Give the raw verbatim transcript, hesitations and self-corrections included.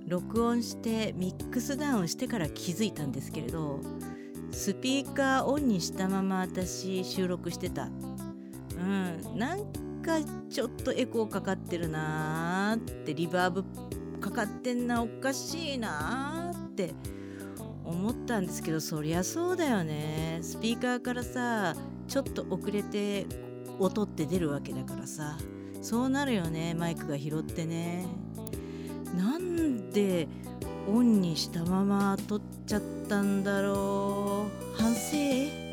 録音してミックスダウンしてから気づいたんですけれど、スピーカーオンにしたまま私収録してた。うんなんかちょっとエコーかかってるなーって、リバーブかかってんな、おかしいなーって思ったんですけど、そりゃそうだよね。スピーカーからさちょっと遅れて音って出るわけだからさ、そうなるよね、マイクが拾ってね。なんでオンにしたまま撮っちゃったんだろう。反省